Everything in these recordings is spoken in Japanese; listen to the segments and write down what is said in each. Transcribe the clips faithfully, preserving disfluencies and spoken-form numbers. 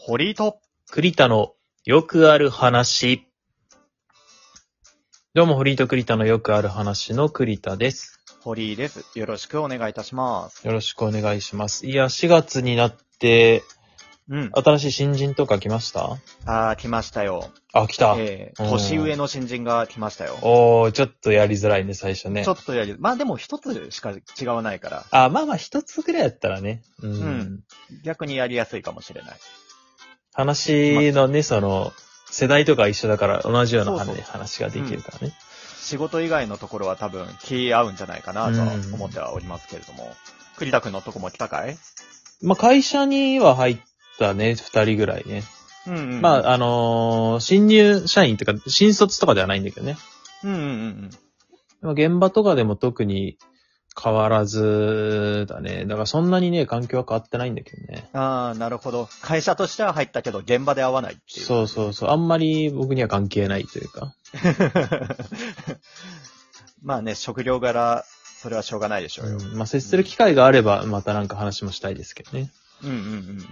堀井と栗田のよくある話。どうも、堀井と栗田のよくある話の栗田です。 堀井です。よろしくお願いいたします。 よろしくお願いします。いや、しがつになって、 うん。 新しい新人とか来ました？ あー、来ましたよ。 あ、来た。 えー、 うん年上の新人が来ましたよ。 おー、ちょっとやりづらいね、最初ね。 ちょっとやり、まあでも一つしか違わないから。 あ、まあまあ、一つぐらいやったらね。うん。 うん。逆にやりやすいかもしれない。 話のね、その、世代とか一緒だから同じような、ね、 そうそう話ができるからね、 うん。仕事以外のところは多分気合うんじゃないかなとは思ってはおりますけれども。うん、栗田くんのとこも来たかい？ まあ会社には入ったね、二人ぐらいね。 うんうんうん、 まあ、あのー、新入社員っていうか、新卒とかではないんだけどね。 うんうんうん。 まあ、現場とかでも特に変わらずだね。だからそんなにね、環境は変わってないんだけどね。 ああ、なるほど。会社としては入ったけど、現場で会わないっていう。 そうそうそう。あんまり僕には関係ないというか。 まあね、職業柄、それはしょうがないでしょうよ。 うん、まあ、接する機会があれば、またなんか話もしたいですけどね。 うんうんうんうん。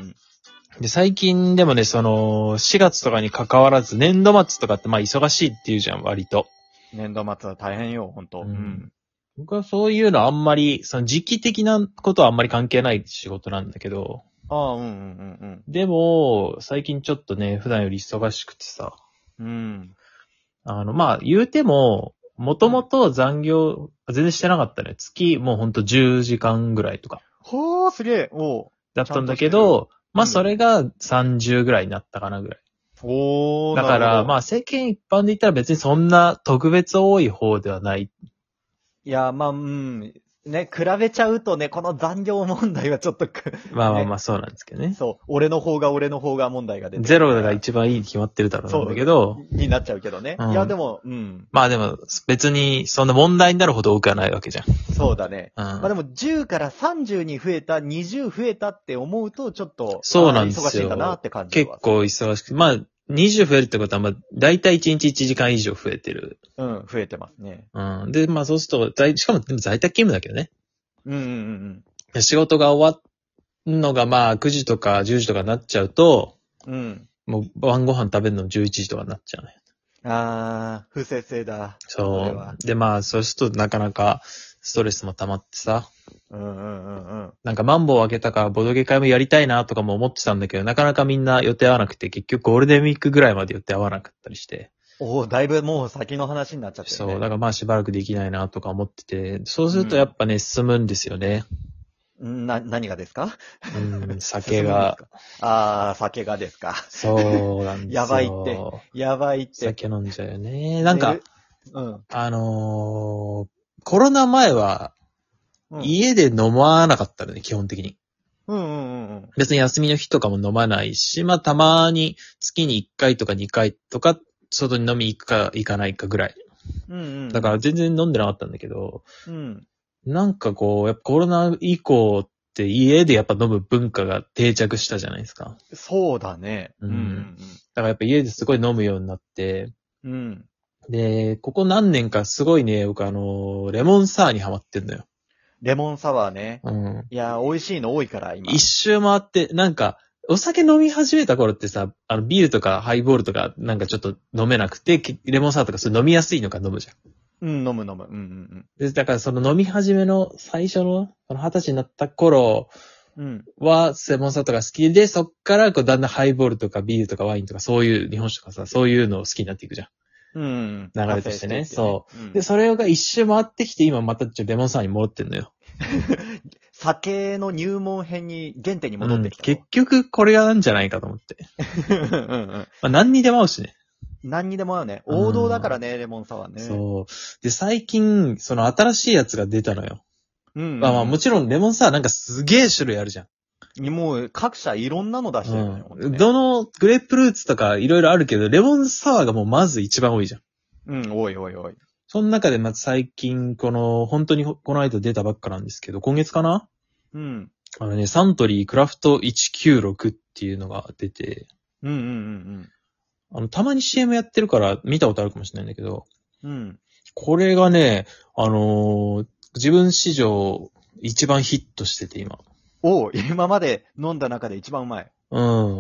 で、最近でもね、その、しがつとかに関わらず、年度末とかってまあ忙しいって言うじゃん、割と。 年度末は大変よ、ほんと。 ううんん。 僕はそういうのあんまり、その時期的なことはあんまり関係ない仕事なんだけど。 ああ、うんうんうんでも、最近ちょっとね、普段より忙しくてさ。 うん。うん。 あの、まあ、言うても、もともと残業、全然してなかったね。月、もうほんとじゅうじかんぐらいとか。 ほー、すげえ。おう。 だったんだけど、まあ、 うんそれがさんじゅうぐらいになったかなぐらい。 おー、 だから、まあ。 あ、世間一般で言ったら別にそんな特別多い方ではない。 いや、まあ、うん。ね、比べちゃうとね、この残業問題はちょっとく、 まあまあまあ、 ね、 そうなんですけどね。 そう。俺の方が俺の方が問題が出てゼロが一番いいに決まってるだろうなんだけど。 になっちゃうけどね。 うんいや、でも、うん。 まあでも、別にそんな問題になるほど多くはないわけじゃん。 そうだね。 うん。 まあでもじゅうからさんじゅうに増えた、にじゅう増えたって思うと、ちょっと、 そうなんですよ。 忙しいんだなって感じは。 結構忙しくて。まあ、にじゅう増えるってことは、まあ、だいたいいちにちいちじかん以上増えてる。 うん、増えてますね。 うん。で、まあそうすると、在しかもでも在宅勤務だけどね。 うんうんうん仕事が終わるのがまあくじとかじゅうじとかになっちゃうと、 うん。うん。 もう晩ご飯食べるのじゅういちじとかになっちゃうね。 あー、不正制だ。 それはう。でまあ、そうするとなかなかストレスも溜まってさ。 うんうんうんうん。 なんかマンボウ開けたからボドゲ会もやりたいなとかも思ってたんだけど、なかなかみんな予定合わなくて、結局ゴールデンウィークぐらいまで予定合わなかったりして。 おー、だいぶもう先の話になっちゃってるね。 そう、だからまあしばらくできないなとか思ってて、そうするとやっぱね、進むんですよね。 んな、何がですか？ うん、酒が。 あー、酒がですか。 そうなんですよ。 やばいって。やばいって。 酒飲んじゃうよね。なんか、 うん。 あのー、コロナ前は、 うん、 家で飲まなかったのね、基本的に。 うんうんうんうん。 別に休みの日とかも飲まないし、まあたまに月にいっかいとかにかいとか、外に飲み行くか行かないかぐらい。 うんうんうん、 だから全然飲んでなかったんだけど、 うん、 なんかこう、やっぱコロナ以降って家でやっぱ飲む文化が定着したじゃないですか。 そうだね。 うん。うん、だからやっぱ家ですごい飲むようになって、 うん。 で、ここ何年かすごいね、僕あの、レモンサワーにハマってんのよ。 レモンサワーね。 うん。 いや、美味しいの多いから、今。 一周回って、なんか、お酒飲み始めた頃ってさ、あの、ビールとかハイボールとか、なんかちょっと飲めなくて、レモンサワーとかそれ飲みやすいのから飲むじゃん。 うん、飲む飲む。うんうんうん。 で、だからその飲み始めの最初の、その二十歳になった頃うん。 は、レモンサワーとか好きで、そっからこうだんだんハイボールとかビールとかワインとかそういう日本酒とかさ、そういうのを好きになっていくじゃん。 うん。 流れとしてね。そう。 うん、 で、それが一周回ってきて、今またちょっとレモンサワーに戻ってんのよ。 酒の入門編に、原点に戻ってきた、 うん。結局これがなんじゃないかと思って。うんうん。まあ何にでも合うしね。 何にでも合うね。王道だからね、レモンサワーね。 そう。で、最近、その新しいやつが出たのよ。 うん、うん。 まあまあもちろんレモンサワーなんかすげえ種類あるじゃん。 もう各社いろんなの出してるのよ、 うんね。 どのグレープフルーツとかいろいろあるけど、レモンサワーがもうまず一番多いじゃん。 うん、おいおいおい。 その中でまず最近、この、本当にこの間出たばっかなんですけど、今月かなうん。 あのね、サントリークラフトいちきゅうろくっていうのが出て、 うんうんうんあの、たまに シーエム やってるから見たことあるかもしれないんだけど、 うん。うん。 これがね、あのー自分史上一番ヒットしてて今。 おう、今まで飲んだ中で一番うまい。 うん。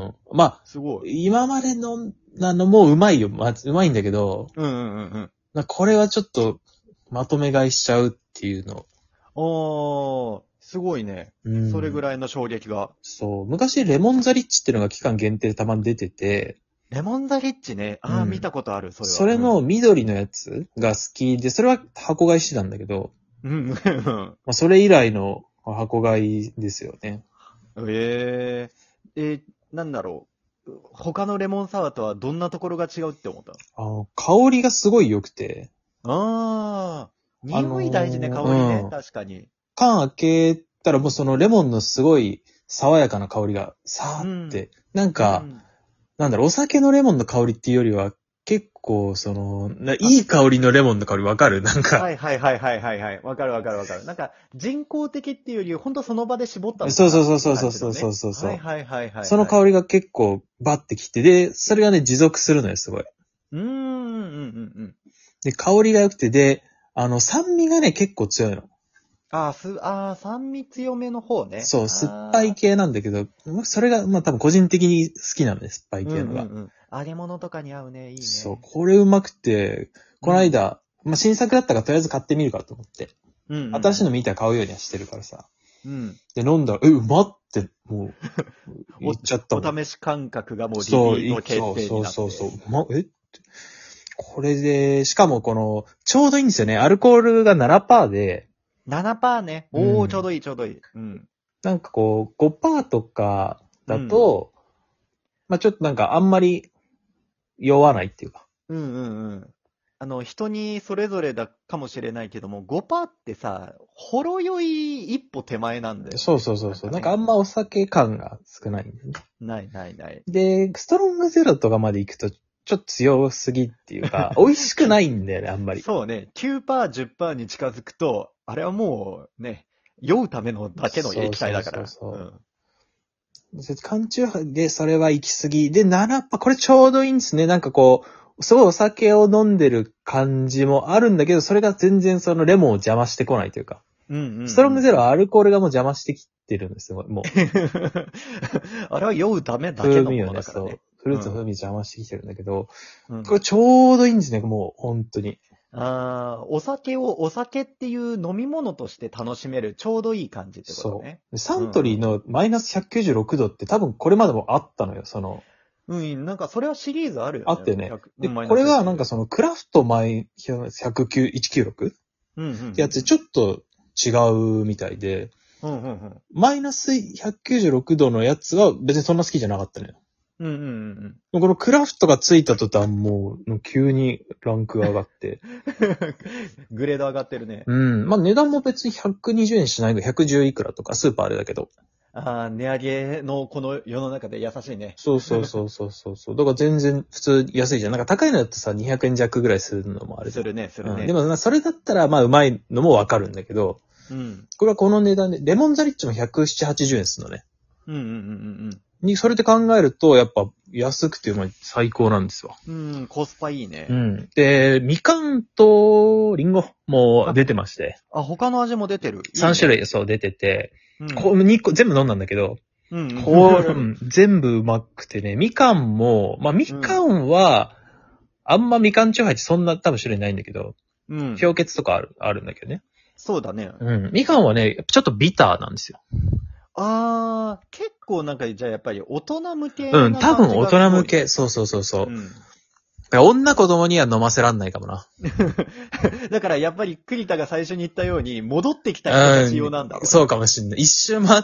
まあ、 すごい。 今までの、なのもうまいよ。まあ、うまいんだけど、 うんうんうんうん。 なこれはちょっと、まとめ買いしちゃうっていうの。 おー、すごいね。 うん。 それぐらいの衝撃が。 そう。昔、レモンザリッチっていうのが期間限定でたまに出てて、 レモンザリッチね。ああ、 うん見たことある、それは。 それの緑のやつが好きで、それは箱買いしてたんだけど、 うん、うん。 まあ、それ以来の箱買いですよね。 えええーなんだろう。他のレモンサワーとはどんなところが違うって思ったあの、香りがすごい良くて、 ああ、 あのー匂い大事ね、香りね。 うん確かに。 缶開けたらもうそのレモンのすごい爽やかな香りがさーって、なんか、 うんなんだろう、お酒のレモンの香りっていうよりは、結構、その、ないい香りのレモンの香りわかるなんか、 はいはいはいはいはいはい。わかるわかるわかる。なんか、人工的っていうより、ほんとその場で絞ったのかなそうそうそうそうそうそうそうそうはいはいはいはいはい。 その香りが結構バッてきて、で、それがね、持続するのよ、すごい。 うーん、うんうんうん。 で、香りが良くて、で、あの、酸味がね、結構強いの。 あーす、あー酸味強めの方ね。 そう、 あー酸っぱい系なんだけど、それが、まあ多分個人的に好きなのね、酸っぱい系のが。 うんうんうん。揚げ物とかに合うね、いいね。 そう、これうまくて、この間、まあ新作だったからとりあえず買ってみるかと思って。 うんうんうん、 新しいの見たら買うようにはしてるからさ。 うん。 で、飲んだら、え、うまって、もう、言っちゃったもん。 お試し感覚がもうリピそう、 ート決定になって。 そうそうそうそう。ま、えこれで、しかもこの、ちょうどいいんですよね。アルコールが ななパーセント で、 ななパーセントね。おー、 うんちょうどいいちょうどいい。うん。 なんかこう、ごパーセントとかだと、まあちょっとなんかあんまり酔わないっていうか。 うんうんうん。あの、人にそれぞれだかもしれないけども、ごパーセントってさ、ほろ酔い一歩手前なんだよね。 そうそうそうそう。なんかねあんまお酒感が少ないんだよね。 ないないない。 で、ストロングゼロとかまで行くと、ちょっと強すぎっていうか、美味しくないんだよね、あんまり。 そうね、きゅうパーセント、じゅっパーセントに近づくと、あれはもうね、酔うためのだけの液体だから。 そうそうそううん缶チューハイでそれは行き過ぎ。で、ななパーセント、これちょうどいいんですね。なんかこう、すごいお酒を飲んでる感じもあるんだけど、それが全然そのレモンを邪魔してこないというか。 うんうんうん、 ストロングゼロはアルコールがもう邪魔してきてるんですよ、もう。 あれは酔うためだけのものだからね。 そう。フルーツの風味邪魔してきてるんだけど、 うん、 これちょうどいいんですね、もう、本当に。 ああ、お酒をお酒っていう飲み物として楽しめるちょうどいい感じってことね。 そう。サントリーのマイナスひゃくきゅうじゅうろくどって多分これまでもあったのよ、その。 うん、なんかそれはシリーズあるよね。 あってね。で、 うんこれがなんかそのクラフトマイひゃくきゅういちきゅうろくうんうんうん、 ってやつでちょっと違うみたいで、 うんうんうん、 マイナスひゃくきゅうじゅうろくどのやつは別にそんな好きじゃなかったのよ。 うんうんうん、 このクラフトがついた途端もう急にランク上がって。 グレード上がってるね。 うん。まあ値段も別にひゃくにじゅうえんしないぐらい、ひゃくじゅういくらとか、スーパーあれだけど。 ああ、値上げのこの世の中で優しいね。 そうそうそうそうそうそう。だから全然普通安いじゃん。なんか高いのだとさ、にひゃくえん弱ぐらいするのもあるじゃん。 するね、するね。 うん、でもまあそれだったらまあうまいのもわかるんだけど、 うん。 これはこの値段で、レモンザリッチもひゃくななじゅう、はちじゅうえんするのね。 うんうんうんに、それで考えると、やっぱ安くてまあ最高なんですわ。 うん。うん、コスパいいね。 うん。で、みかんとリンゴも出てまして。 あ、他の味も出てる。いいね、 さん種類そう出てて、 うん、 こうにこ全部飲んだんだけど、 うんうん、 こう、うん、全部うまくてね、みかんも、まあみかんは、あんまみかんチューハイってそんな多分種類ないんだけど、 うん。 氷結とかある、あるんだけどね。 そうだね。 うん。みかんはね、ちょっとビターなんですよ。 あー、結構なんか、じゃあやっぱり大人向けうん、多分大人向け。 け。そうそうそうそう。 うん女子供には飲ませらんないかもな。 だからやっぱり栗田が最初に言ったように、戻ってきた人たち用なんだろう、ねうん、そうかもしんない。一周回って、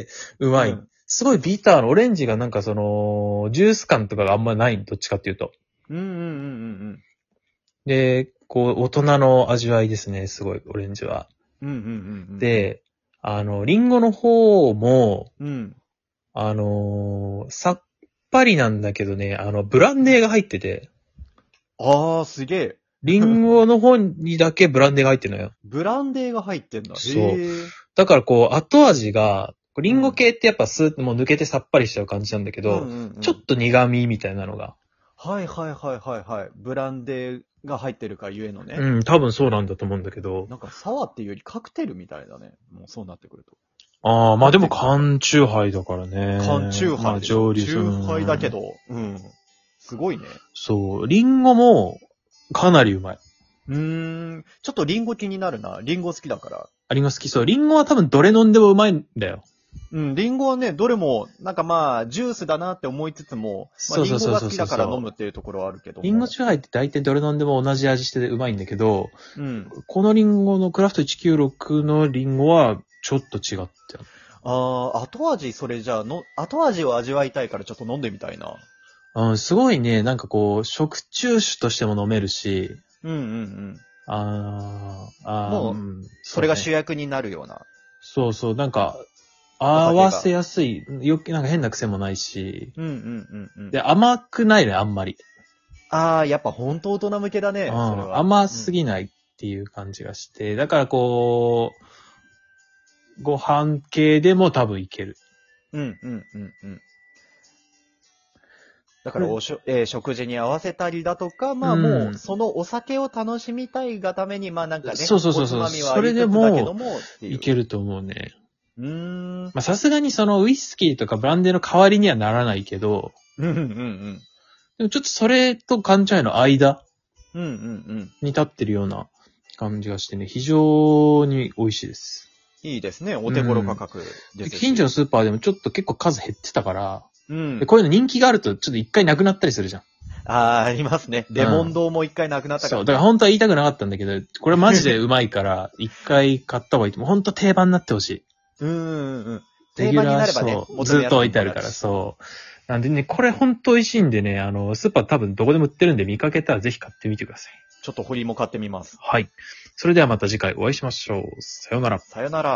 うまい、うん。すごいビターのオレンジがなんかその、ジュース感とかがあんまないどっちかっていうと。 うんうんうんうんうん。 で、こう、大人の味わいですね、すごい、オレンジは。 うんうんうんうん、 で、あの、リンゴの方も、 うん、 あのー、さっぱりなんだけどね、あの、ブランデーが入ってて。 あー、すげえ。 リンゴの方にだけブランデーが入ってるのよ。 ブランデーが入ってんだ。 そうへー。 だからこう、後味が、リンゴ系ってやっぱスーッともう抜けてさっぱりしちゃう感じなんだけど、 うんうんうん、 ちょっと苦味みたいなのが。 はいはいはいはいはい。ブランデーが入ってるからゆえのね。 うん、多分そうなんだと思うんだけど。 なんかサワーっていうよりカクテルみたいだね。もうそうなってくると。 ああ、まあでも缶チューハイだからね。 缶チューハイ。 まあ上流。 チューハイだけど、うん。すごいね。 そう、リンゴもかなりうまい。 うーん。ちょっとリンゴ気になるな。リンゴ好きだから。 あ、リンゴ好きそう。リンゴは多分どれ飲んでもうまいんだよ。 うん、リンゴはね、どれも、なんかまあ、ジュースだなって思いつつも、まあ、リンゴが好きだから飲むっていうところはあるけども。 リンゴチューハイって大体どれ飲んでも同じ味しててうまいんだけど、 うん。 このリンゴのクラフトいちきゅうろくのリンゴはちょっと違って。 ああ、後味、それじゃあの、後味を味わいたいからちょっと飲んでみたいな。 うん、すごいね、なんかこう、食中酒としても飲めるし、 うんうんうん。 あーあー、 もう、 んそれが主役。 役になるような。 そうそう、なんか、 お酒が合わせやすい。よなんか変な癖もないし。 うんうんうんうん。 で、甘くないね、あんまり。 ああ、やっぱ本当大人向けだね、 うんそれは。 甘すぎないっていう感じがして。だからこう、ご飯系でも多分いける。 うんうんうんうん。だからおしょ、えー食事に合わせたりだとか、まあうんもう、そのお酒を楽しみたいがために、まあなんかね、 そうそうそうそうおつまみはそれでもありつつだけども、っていう。 いけると思うね。 うーん。 まあさすがにそのウイスキーとかブランデーの代わりにはならないけど、 うんうんうんでもちょっとそれと缶チャイの間うん。うんうんうん。 に立ってるような感じがしてね、非常に美味しいです。 いいですね、お手頃価格ですし。 近所のスーパーでもちょっと結構数減ってたから、 うんで。こういうの人気があるとちょっと一回なくなったりするじゃん。 ああ、ありますね。レモン堂も一回なくなったから、 そう。だから本当は言いたくなかったんだけど、これマジでうまいから、一回買った方がいいと思う。本当定番になってほしい。 うんうんうん。 レギュ定番にラーそなればね、 うずっと置いてあるから、 う。 そう。なんでね、これ本当美味しいんでね、あの、スーパー多分どこでも売ってるんで見かけたらぜひ買ってみてください。 ちょっと堀も買ってみます。 はい。それではまた次回お会いしましょう。さようなら。 さよなら。